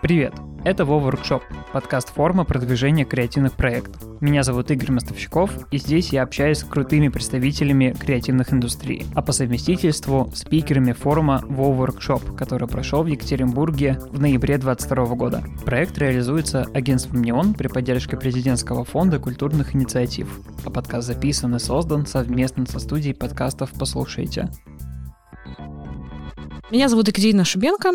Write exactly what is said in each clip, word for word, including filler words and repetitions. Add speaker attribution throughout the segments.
Speaker 1: Привет! Это Вова Workshop, подкаст форума продвижения креативных проектов. Меня зовут Игорь Мостовщиков, и здесь я общаюсь с крутыми представителями креативных индустрий, а по совместительству спикерами форума Вова Workshop, который прошел в Екатеринбурге в ноябре двадцать второго года. Проект реализуется агентством «Неон» при поддержке президентского фонда культурных инициатив, а подкаст записан и создан совместно со студией подкастов «Послушайте».
Speaker 2: Меня зовут Екатерина Шубенко,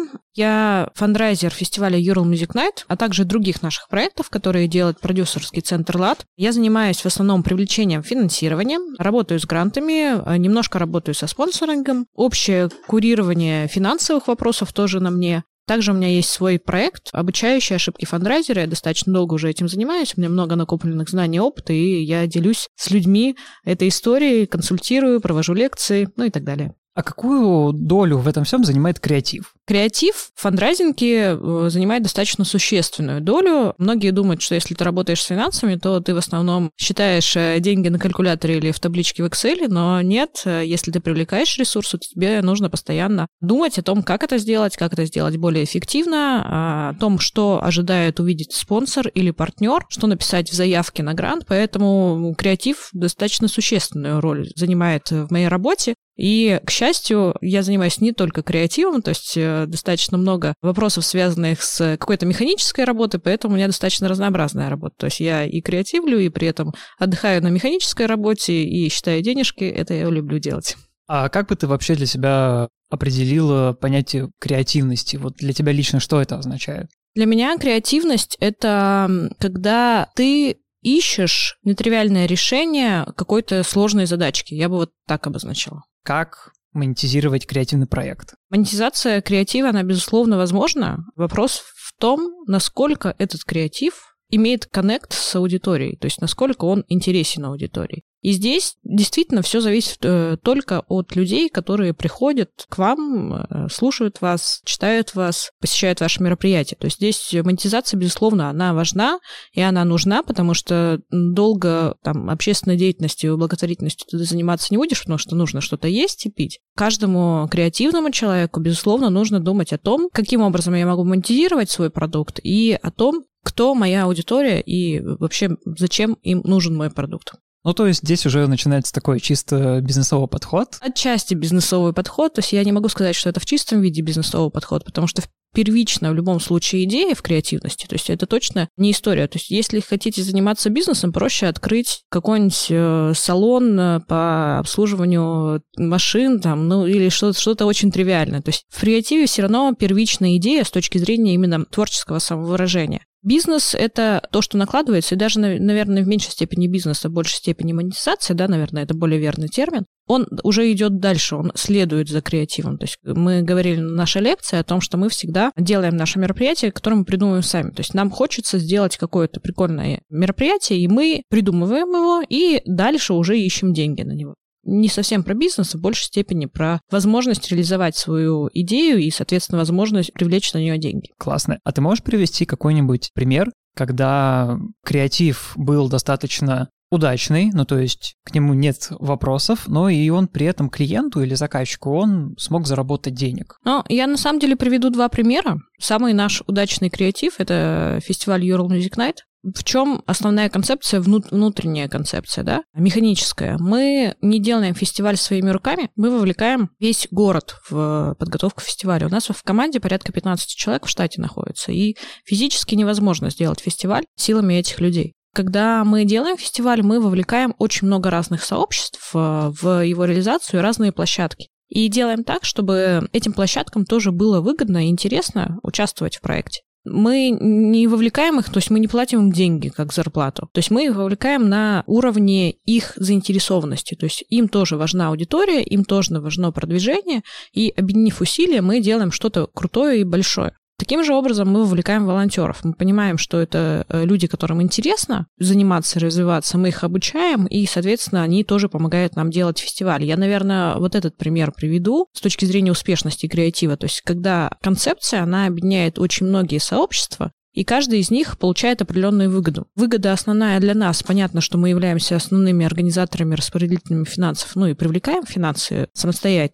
Speaker 2: я фандрайзер фестиваля Ural Music Night, а также других наших проектов, которые делает продюсерский центр ЛАД. Я занимаюсь в основном привлечением финансирования, работаю с грантами, немножко работаю со спонсорингом, общее курирование финансовых вопросов тоже на мне. Также у меня есть свой проект, обучающий ошибки фандрайзера. Я достаточно долго уже этим занимаюсь, у меня много накопленных знаний и опыта, и я делюсь с людьми этой историей, консультирую, провожу лекции, ну и так далее.
Speaker 1: А какую долю в этом всем занимает креатив?
Speaker 2: Креатив в фандрайзинге занимает достаточно существенную долю. Многие думают, что если ты работаешь с финансами, то ты в основном считаешь деньги на калькуляторе или в табличке в Excel, но нет, если ты привлекаешь ресурсы, то тебе нужно постоянно думать о том, как это сделать, как это сделать более эффективно, о том, что ожидает увидеть спонсор или партнер, что написать в заявке на грант, поэтому креатив достаточно существенную роль занимает в моей работе. И, к счастью, я занимаюсь не только креативом, то есть достаточно много вопросов, связанных с какой-то механической работой, поэтому у меня достаточно разнообразная работа. То есть я и креативлю, и при этом отдыхаю на механической работе, и считаю денежки, это я люблю делать.
Speaker 1: А как бы ты вообще для себя определила понятие креативности? Вот для тебя лично что это означает?
Speaker 2: Для меня креативность — это когда ты ищешь нетривиальное решение какой-то сложной задачки. Я бы вот так обозначила.
Speaker 1: Как монетизировать креативный проект?
Speaker 2: Монетизация креатива, она, безусловно, возможна. Вопрос в том, насколько этот креатив имеет коннект с аудиторией, то есть насколько он интересен аудитории. И здесь действительно все зависит э, только от людей, которые приходят к вам, э, слушают вас, читают вас, посещают ваши мероприятия. То есть здесь монетизация, безусловно, она важна, и она нужна, потому что долго там, общественной деятельностью, благотворительностью ты заниматься не будешь, потому что нужно что-то есть и пить. Каждому креативному человеку, безусловно, нужно думать о том, каким образом я могу монетизировать свой продукт, и о том, кто моя аудитория и вообще зачем им нужен мой продукт.
Speaker 1: Ну, то есть здесь уже начинается такой чисто бизнесовый подход?
Speaker 2: Отчасти бизнесовый подход. То есть я не могу сказать, что это в чистом виде бизнесовый подход, потому что первично в любом случае идея в креативности. То есть это точно не история. То есть если хотите заниматься бизнесом, проще открыть какой-нибудь салон по обслуживанию машин там, ну, или что-то, что-то очень тривиальное. То есть в креативе все равно первичная идея с точки зрения именно творческого самовыражения. Бизнес — это то, что накладывается, и даже, наверное, в меньшей степени бизнес, а в большей степени монетизация, да, наверное, это более верный термин, он уже идет дальше, он следует за креативом. То есть мы говорили на нашей лекции о том, что мы всегда делаем наше мероприятие, которое мы придумываем сами. То есть нам хочется сделать какое-то прикольное мероприятие, и мы придумываем его, и дальше уже ищем деньги на него. Не совсем про бизнес, а в большей степени про возможность реализовать свою идею и, соответственно, возможность привлечь на нее деньги.
Speaker 1: Классно. А ты можешь привести какой-нибудь пример, когда креатив был достаточно удачный, ну то есть к нему нет вопросов, но и он при этом клиенту или заказчику он смог заработать денег?
Speaker 2: Ну, я на самом деле приведу два примера. Самый наш удачный креатив — это фестиваль Ural Music Night. В чем основная концепция, внутренняя концепция, да, механическая? Мы не делаем фестиваль своими руками, мы вовлекаем весь город в подготовку фестиваля. У нас в команде порядка пятнадцать человек в штате находится, и физически невозможно сделать фестиваль силами этих людей. Когда мы делаем фестиваль, мы вовлекаем очень много разных сообществ в его реализацию, разные площадки. И делаем так, чтобы этим площадкам тоже было выгодно и интересно участвовать в проекте. Мы не вовлекаем их, то есть мы не платим им деньги как зарплату. То есть мы их вовлекаем на уровне их заинтересованности. То есть им тоже важна аудитория, им тоже важно продвижение, и, объединив усилия, мы делаем что-то крутое и большое. Таким же образом мы вовлекаем волонтеров. Мы понимаем, что это люди, которым интересно заниматься, развиваться, мы их обучаем, и, соответственно, они тоже помогают нам делать фестиваль. Я, наверное, вот этот пример приведу с точки зрения успешности креатива. То есть когда концепция, она объединяет очень многие сообщества, и каждый из них получает определенную выгоду. Выгода основная для нас. Понятно, что мы являемся основными организаторами, распорядителями финансов, ну и привлекаем финансы самостоятельно.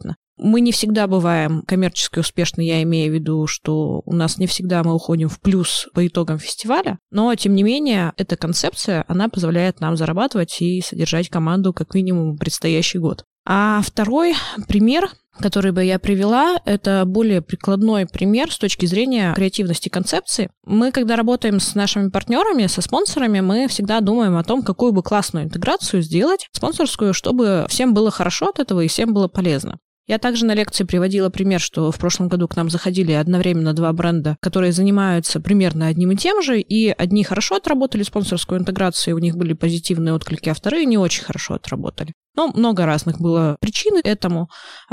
Speaker 2: Мы не всегда бываем коммерчески успешны, я имею в виду, что у нас не всегда мы уходим в плюс по итогам фестиваля, но, тем не менее, эта концепция, она позволяет нам зарабатывать и содержать команду как минимум предстоящий год. А второй пример, который бы я привела, это более прикладной пример с точки зрения креативности концепции. Мы, когда работаем с нашими партнерами, со спонсорами, мы всегда думаем о том, какую бы классную интеграцию сделать, спонсорскую, чтобы всем было хорошо от этого и всем было полезно. Я также на лекции приводила пример, что в прошлом году к нам заходили одновременно два бренда, которые занимаются примерно одним и тем же, и одни хорошо отработали спонсорскую интеграцию, у них были позитивные отклики, а вторые не очень хорошо отработали. Ну, много разных было причин этому,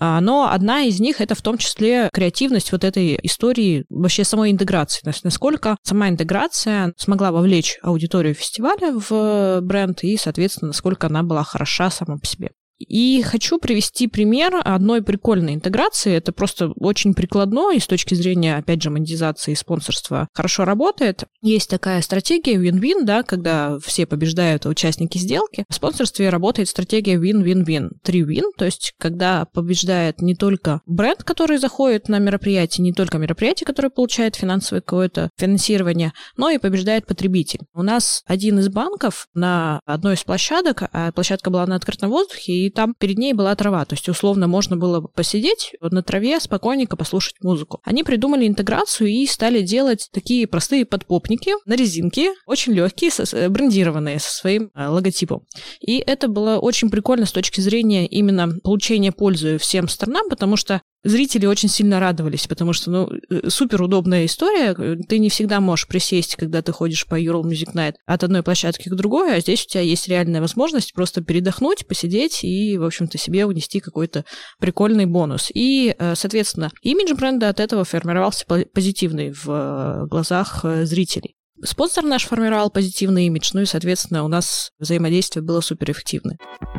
Speaker 2: но одна из них – это в том числе креативность вот этой истории, вообще самой интеграции. То есть насколько сама интеграция смогла вовлечь аудиторию фестиваля в бренд и, соответственно, насколько она была хороша сама по себе. И хочу привести пример одной прикольной интеграции. Это просто очень прикладно, и с точки зрения, опять же, монетизации и спонсорства хорошо работает. Есть такая стратегия win-win, да, когда все побеждают участники сделки. В спонсорстве работает стратегия win-win-win. Три win, то есть когда побеждает не только бренд, который заходит на мероприятие, не только мероприятие, которое получает финансовое какое-то финансирование, но и побеждает потребитель. У нас один из банков на одной из площадок, а площадка была на открытом воздухе, и там перед ней была трава, то есть условно можно было посидеть на траве, спокойненько послушать музыку. Они придумали интеграцию и стали делать такие простые подпопники на резинке, очень легкие, брендированные со своим логотипом. И это было очень прикольно с точки зрения именно получения пользы всем сторонам, потому что зрители очень сильно радовались, потому что, ну, супер удобная история. Ты не всегда можешь присесть, когда ты ходишь по Ural Music Night от одной площадки к другой, а здесь у тебя есть реальная возможность просто передохнуть, посидеть и, в общем-то, себе унести какой-то прикольный бонус. И, соответственно, имидж бренда от этого формировался позитивный в глазах зрителей. Спонсор наш формировал позитивный имидж, ну и, соответственно, у нас взаимодействие было суперэффективное.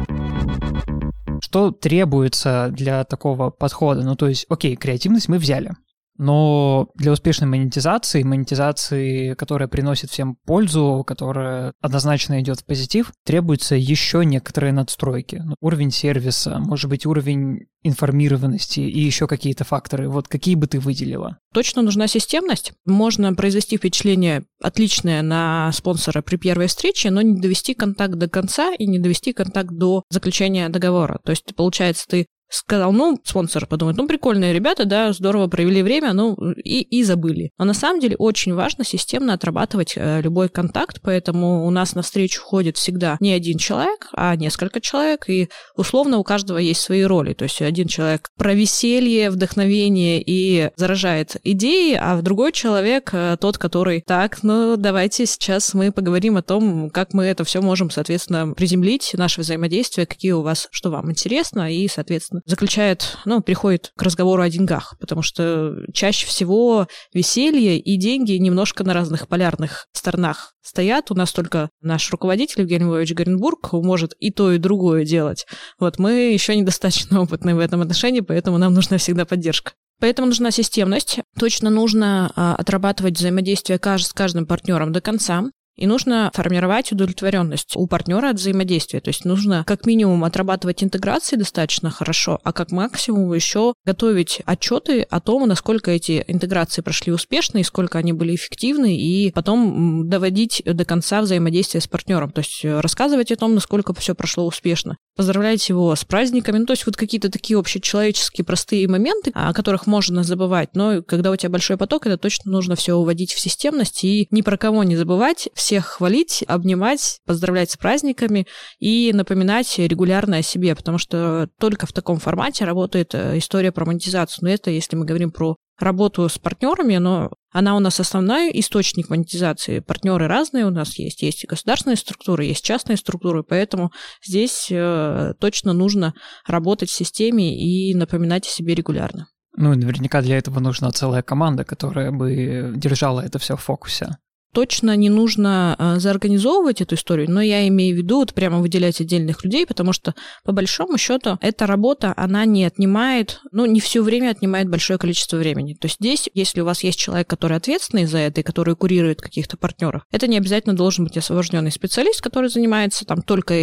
Speaker 1: Что требуется для такого подхода? Ну, то есть, окей, креативность мы взяли, но для успешной монетизации, монетизации, которая приносит всем пользу, которая однозначно идет в позитив, требуются еще некоторые надстройки. Уровень сервиса, может быть, уровень информированности и еще какие-то факторы. Вот какие бы ты выделила?
Speaker 2: Точно нужна системность. Можно произвести впечатление отличное на спонсора при первой встрече, но не довести контакт до конца и не довести контакт до заключения договора. То есть, получается, ты сказал, ну, спонсор подумает, ну, прикольные ребята, да, здорово провели время, ну, и, и забыли. Но на самом деле очень важно системно отрабатывать э, любой контакт, поэтому у нас навстречу ходит всегда не один человек, а несколько человек, и условно у каждого есть свои роли. То есть один человек про веселье, вдохновение и заражает идеи, а другой человек э, тот, который, так, ну, давайте сейчас мы поговорим о том, как мы это все можем, соответственно, приземлить, наше взаимодействие, какие у вас, что вам интересно, и, соответственно, заключает, ну, приходит к разговору о деньгах, потому что чаще всего веселье и деньги немножко на разных полярных сторонах стоят. У нас только наш руководитель Евгений Львович Горенбург может и то, и другое делать. Вот мы еще недостаточно опытны в этом отношении, поэтому нам нужна всегда поддержка. Поэтому нужна системность. Точно нужно а, отрабатывать взаимодействие с каждым партнером до конца. И нужно формировать удовлетворенность у партнера от взаимодействия. То есть нужно как минимум отрабатывать интеграции достаточно хорошо, а как максимум еще готовить отчеты о том, насколько эти интеграции прошли успешно и сколько они были эффективны, и потом доводить до конца взаимодействие с партнером. То есть рассказывать о том, насколько все прошло успешно. Поздравлять его с праздниками. Ну, то есть вот какие-то такие общечеловеческие простые моменты, о которых можно забывать. Но когда у тебя большой поток, это точно нужно все уводить в системность и ни про кого не забывать, всех хвалить, обнимать, поздравлять с праздниками и напоминать регулярно о себе, потому что только в таком формате работает история про монетизацию. Но это если мы говорим про работу с партнерами, но она у нас основной источник монетизации. Партнеры разные у нас есть. Есть государственные структуры, есть частные структуры, поэтому здесь э, точно нужно работать в системе и напоминать о себе регулярно.
Speaker 1: Ну, наверняка для этого нужна целая команда, которая бы держала это все в фокусе.
Speaker 2: Точно не нужно а, заорганизовывать эту историю, но я имею в виду вот прямо выделять отдельных людей, потому что, по большому счету, эта работа, она не отнимает, ну, не все время отнимает большое количество времени. То есть здесь, если у вас есть человек, который ответственный за это и который курирует каких-то партнеров, это не обязательно должен быть освобожденный специалист, который занимается там только этим.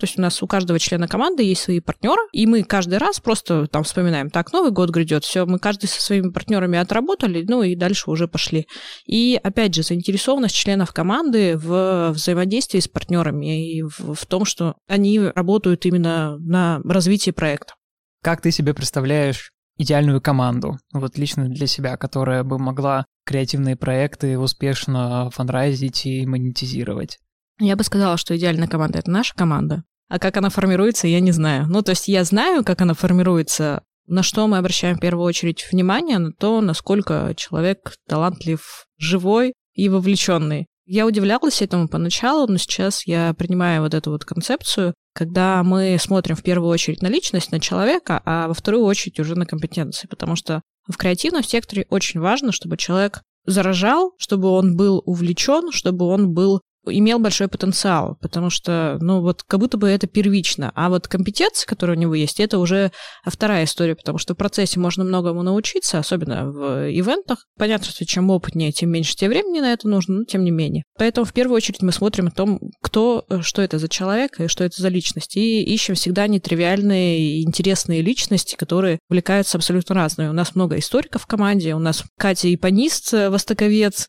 Speaker 2: То есть у нас у каждого члена команды есть свои партнеры, и мы каждый раз просто там вспоминаем, так, Новый год грядет, все, мы каждый со своими партнерами отработали, ну и дальше уже пошли. И опять же, заинтересованность членов команды в взаимодействии с партнерами и в, в том, что они работают именно на развитии проекта.
Speaker 1: Как ты себе представляешь идеальную команду, вот лично для себя, которая бы могла креативные проекты успешно фандрайзить и монетизировать?
Speaker 2: Я бы сказала, что идеальная команда — это наша команда. А как она формируется, я не знаю. Ну, то есть я знаю, как она формируется, на что мы обращаем в первую очередь внимание, на то, насколько человек талантлив, живой и вовлеченный. Я удивлялась этому поначалу, но сейчас я принимаю вот эту вот концепцию, когда мы смотрим в первую очередь на личность, на человека, а во вторую очередь уже на компетенции, потому что в креативном секторе очень важно, чтобы человек заражал, чтобы он был увлечен, чтобы он был имел большой потенциал, потому что, ну, вот как будто бы это первично, а вот компетенции, которые у него есть, это уже вторая история, потому что в процессе можно многому научиться, особенно в ивентах. Понятно, что чем опытнее, тем меньше тебе времени на это нужно, но тем не менее. Поэтому в первую очередь мы смотрим о том, кто, что это за человек и что это за личность, и ищем всегда нетривиальные и интересные личности, которые увлекаются абсолютно разными. У нас много историков в команде, у нас Катя ипанист, востоковец,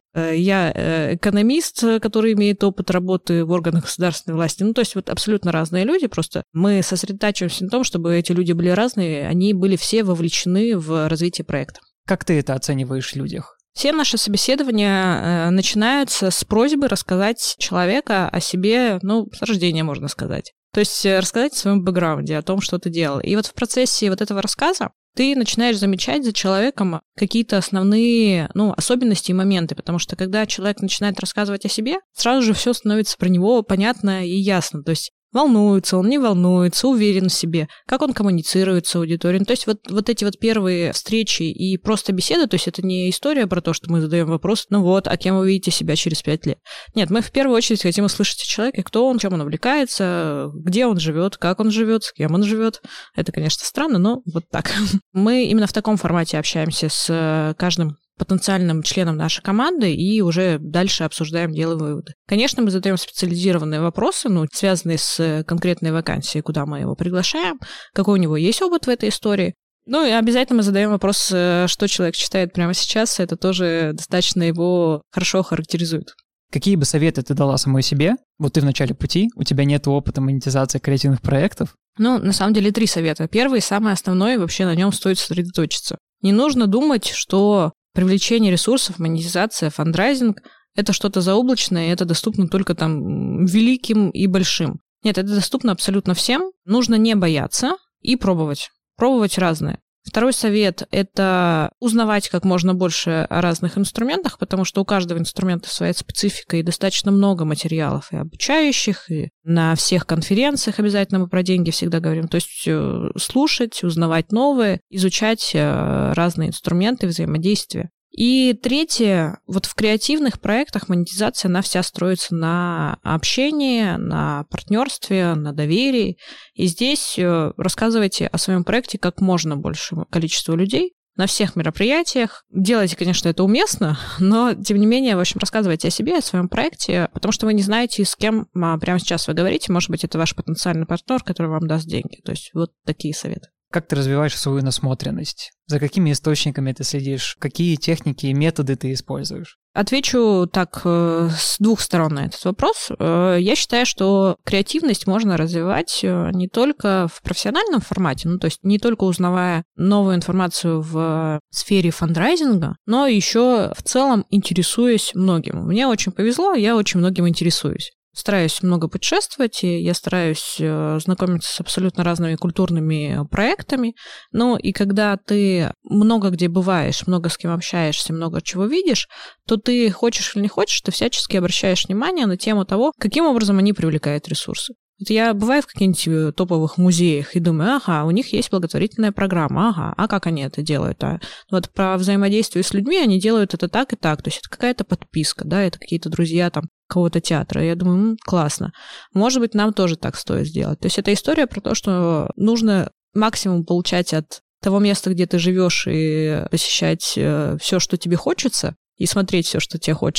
Speaker 2: я экономист, который имеет опыт работы в органах государственной власти. Ну, то есть вот абсолютно разные люди, просто мы сосредотачиваемся на том, чтобы эти люди были разные, они были все вовлечены в развитие проекта.
Speaker 1: Как ты это оцениваешь в людях?
Speaker 2: Все наши собеседования начинаются с просьбы рассказать человека о себе, ну, с рождения, можно сказать. То есть рассказать о своем бэкграунде, о том, что ты делал. И вот в процессе вот этого рассказа ты начинаешь замечать за человеком какие-то основные, ну, особенности и моменты, потому что когда человек начинает рассказывать о себе, сразу же все становится про него понятно и ясно. То есть волнуется он, не волнуется, уверен в себе, как он коммуницирует с аудиторией. Ну, то есть вот, вот эти вот первые встречи и просто беседы, то есть это не история про то, что мы задаем вопрос, ну вот, а кем вы видите себя через пять лет? Нет, мы в первую очередь хотим услышать о человеке, кто он, чем он увлекается, где он живет, как он живет, с кем он живет. Это, конечно, странно, но вот так. Мы именно в таком формате общаемся с каждым потенциальным членом нашей команды и уже дальше обсуждаем, делаем выводы. Конечно, мы задаем специализированные вопросы, ну, связанные с конкретной вакансией, куда мы его приглашаем, какой у него есть опыт в этой истории. Ну, и обязательно мы задаем вопрос, что человек читает прямо сейчас, это тоже достаточно его хорошо характеризует.
Speaker 1: Какие бы советы ты дала самой себе? Вот ты в начале пути, у тебя нет опыта монетизации креативных проектов.
Speaker 2: Ну, на самом деле, три совета. Первый, самый основной, вообще на нем стоит сосредоточиться. Не нужно думать, что привлечение ресурсов, монетизация, фандрайзинг – это что-то заоблачное, и это доступно только там великим и большим. Нет, это доступно абсолютно всем. Нужно не бояться и пробовать. Пробовать разное. Второй совет – это узнавать как можно больше о разных инструментах, потому что у каждого инструмента своя специфика, и достаточно много материалов и обучающих, и на всех конференциях обязательно мы про деньги всегда говорим. То есть слушать, узнавать новое, изучать разные инструменты взаимодействия. И третье, вот в креативных проектах монетизация, она вся строится на общении, на партнерстве, на доверии. И здесь рассказывайте о своем проекте как можно большему количеству людей на всех мероприятиях. Делайте, конечно, это уместно, но, тем не менее, в общем, рассказывайте о себе, о своем проекте, потому что вы не знаете, с кем прямо сейчас вы говорите. Может быть, это ваш потенциальный партнер, который вам даст деньги. То есть вот такие советы.
Speaker 1: Как ты развиваешь свою насмотренность? За какими источниками ты следишь? Какие техники и методы ты используешь?
Speaker 2: Отвечу так с двух сторон на этот вопрос. Я считаю, что креативность можно развивать не только в профессиональном формате, ну, то есть не только узнавая новую информацию в сфере фандрайзинга, но еще в целом интересуясь многим. Мне очень повезло, я очень многим интересуюсь. Стараюсь много путешествовать, и я стараюсь знакомиться с абсолютно разными культурными проектами. Ну, и когда ты много где бываешь, много с кем общаешься, много чего видишь, то ты, хочешь или не хочешь, ты всячески обращаешь внимание на тему того, каким образом они привлекают ресурсы. Вот я бываю в каких-нибудь топовых музеях и думаю, ага, у них есть благотворительная программа, ага, а как они это делают? А вот про взаимодействие с людьми они делают это так и так, то есть это какая-то подписка, да, это какие-то друзья там какого-то театра. Я думаю, м, классно. Может быть, нам тоже так стоит сделать. То есть это история про то, что нужно максимум получать от того места, где ты живешь, и посещать все, что тебе хочется, и смотреть все, что тебе хочется.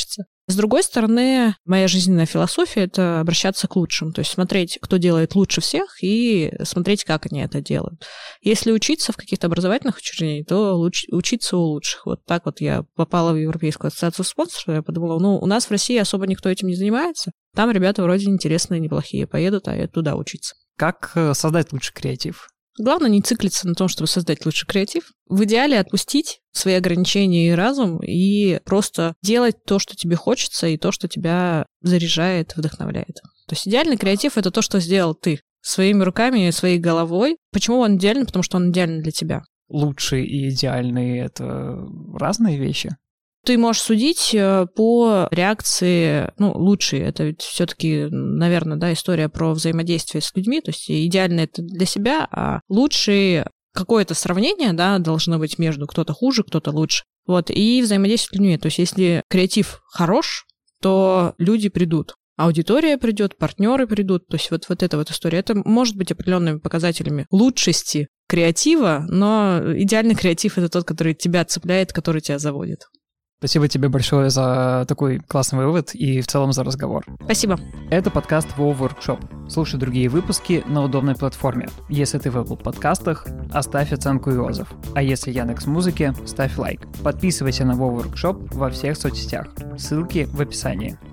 Speaker 2: С другой стороны, моя жизненная философия — это обращаться к лучшим, то есть смотреть, кто делает лучше всех, и смотреть, как они это делают. Если учиться в каких-то образовательных учреждениях, то луч- учиться у лучших. Вот так вот я попала в Европейскую ассоциацию спонсоров, я подумала, ну, у нас в России особо никто этим не занимается, там ребята вроде интересные, неплохие, поедут, а я туда учиться.
Speaker 1: Как создать лучший креатив?
Speaker 2: Главное не циклиться на том, чтобы создать лучший креатив. В идеале отпустить свои ограничения и разум и просто делать то, что тебе хочется, и то, что тебя заряжает, вдохновляет. То есть идеальный креатив — это то, что сделал ты своими руками, своей головой. Почему он идеальный? Потому что он идеальный для тебя.
Speaker 1: Лучший и идеальный — это разные вещи?
Speaker 2: Ты можешь судить по реакции, ну, лучшие. Это ведь все-таки, наверное, да, история про взаимодействие с людьми. То есть идеально это для себя, а лучшие какое-то сравнение, да, должно быть между кто-то хуже, кто-то лучше. Вот, и взаимодействие с людьми. То есть если креатив хорош, то люди придут. Аудитория придет, партнеры придут. То есть вот, вот эта вот история. Это может быть определенными показателями лучшести креатива, но идеальный креатив — это тот, который тебя цепляет, который тебя заводит.
Speaker 1: Спасибо тебе большое за такой классный вывод и в целом за разговор.
Speaker 2: Спасибо.
Speaker 1: Это подкаст Wow Workshop. Слушай другие выпуски на удобной платформе. Если ты в Apple подкастах, оставь оценку и отзыв. А если Яндекс.Музыке, ставь лайк. Подписывайся на Wow Workshop во всех соцсетях. Ссылки в описании.